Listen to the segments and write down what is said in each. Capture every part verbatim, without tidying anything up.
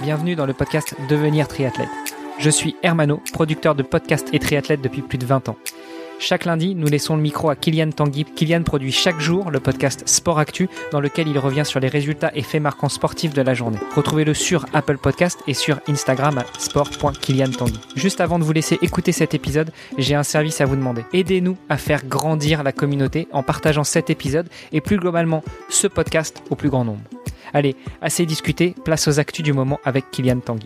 bienvenue dans le podcast Devenir triathlète. Je suis Hermano, producteur de podcasts et triathlète depuis plus de vingt ans. Chaque lundi, nous laissons le micro à Kylian Tanguy. Kylian produit chaque jour le podcast Sport Actu, dans lequel il revient sur les résultats et faits marquants sportifs de la journée. Retrouvez-le sur Apple Podcast et sur Instagram à sport point kylian tanguy. Juste avant de vous laisser écouter cet épisode, j'ai un service à vous demander. Aidez-nous à faire grandir la communauté en partageant cet épisode et plus globalement ce podcast au plus grand nombre. Allez, assez discuté, place aux actus du moment avec Kylian Tanguy.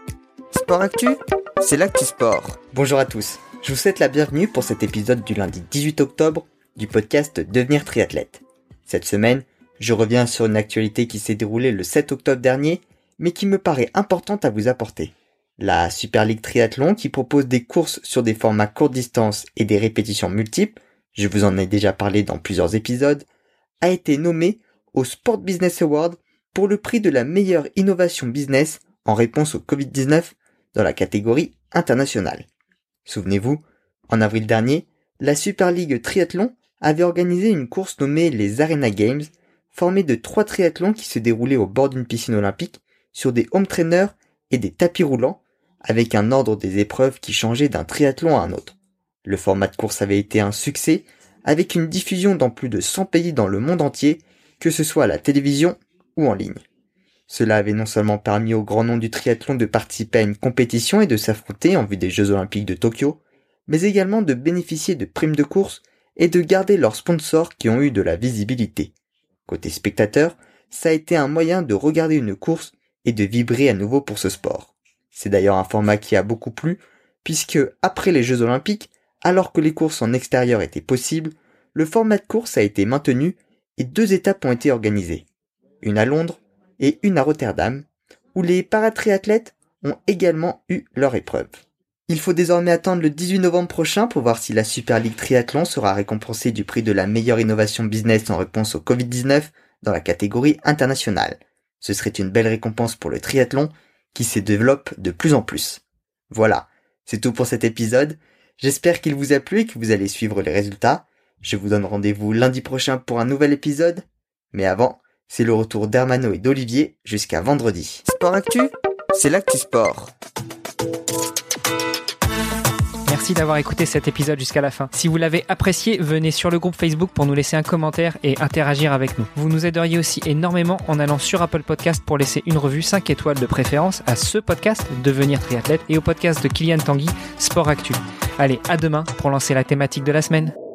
Sport Actu, c'est l'actu sport. Bonjour à tous. Je vous souhaite la bienvenue pour cet épisode du lundi dix-huit octobre du podcast Devenir triathlète. Cette semaine, je reviens sur une actualité qui s'est déroulée le sept octobre dernier, mais qui me paraît importante à vous apporter. La Super League Triathlon, qui propose des courses sur des formats courte distance et des répétitions multiples, je vous en ai déjà parlé dans plusieurs épisodes, a été nommée au Sport Business Award pour le prix de la meilleure innovation business en réponse au covid dix-neuf dans la catégorie internationale. Souvenez-vous, en avril dernier, la Super League Triathlon avait organisé une course nommée les Arena Games, formée de trois triathlons qui se déroulaient au bord d'une piscine olympique, sur des home trainers et des tapis roulants, avec un ordre des épreuves qui changeait d'un triathlon à un autre. Le format de course avait été un succès, avec une diffusion dans plus de cent pays dans le monde entier, que ce soit à la télévision ou en ligne. Cela avait non seulement permis au grand nom du triathlon de participer à une compétition et de s'affronter en vue des Jeux Olympiques de Tokyo, mais également de bénéficier de primes de course et de garder leurs sponsors qui ont eu de la visibilité. Côté spectateur, ça a été un moyen de regarder une course et de vibrer à nouveau pour ce sport. C'est d'ailleurs un format qui a beaucoup plu, puisque après les Jeux Olympiques, alors que les courses en extérieur étaient possibles, le format de course a été maintenu et deux étapes ont été organisées. Une à Londres et une à Rotterdam, où les paratriathlètes ont également eu leur épreuve. Il faut désormais attendre le dix-huit novembre prochain pour voir si la Super League Triathlon sera récompensée du prix de la meilleure innovation business en réponse au covid dix-neuf dans la catégorie internationale. Ce serait une belle récompense pour le triathlon qui se développe de plus en plus. Voilà, c'est tout pour cet épisode. J'espère qu'il vous a plu et que vous allez suivre les résultats. Je vous donne rendez-vous lundi prochain pour un nouvel épisode. Mais avant, c'est le retour d'Hermano et d'Olivier jusqu'à vendredi. Sport Actu, c'est l'actu sport. Merci d'avoir écouté cet épisode jusqu'à la fin. Si vous l'avez apprécié, venez sur le groupe Facebook pour nous laisser un commentaire et interagir avec nous. Vous nous aideriez aussi énormément en allant sur Apple Podcast pour laisser une revue cinq étoiles de préférence à ce podcast Devenir triathlète et au podcast de Kylian Tanguy, Sport Actu. Allez, à demain pour lancer la thématique de la semaine.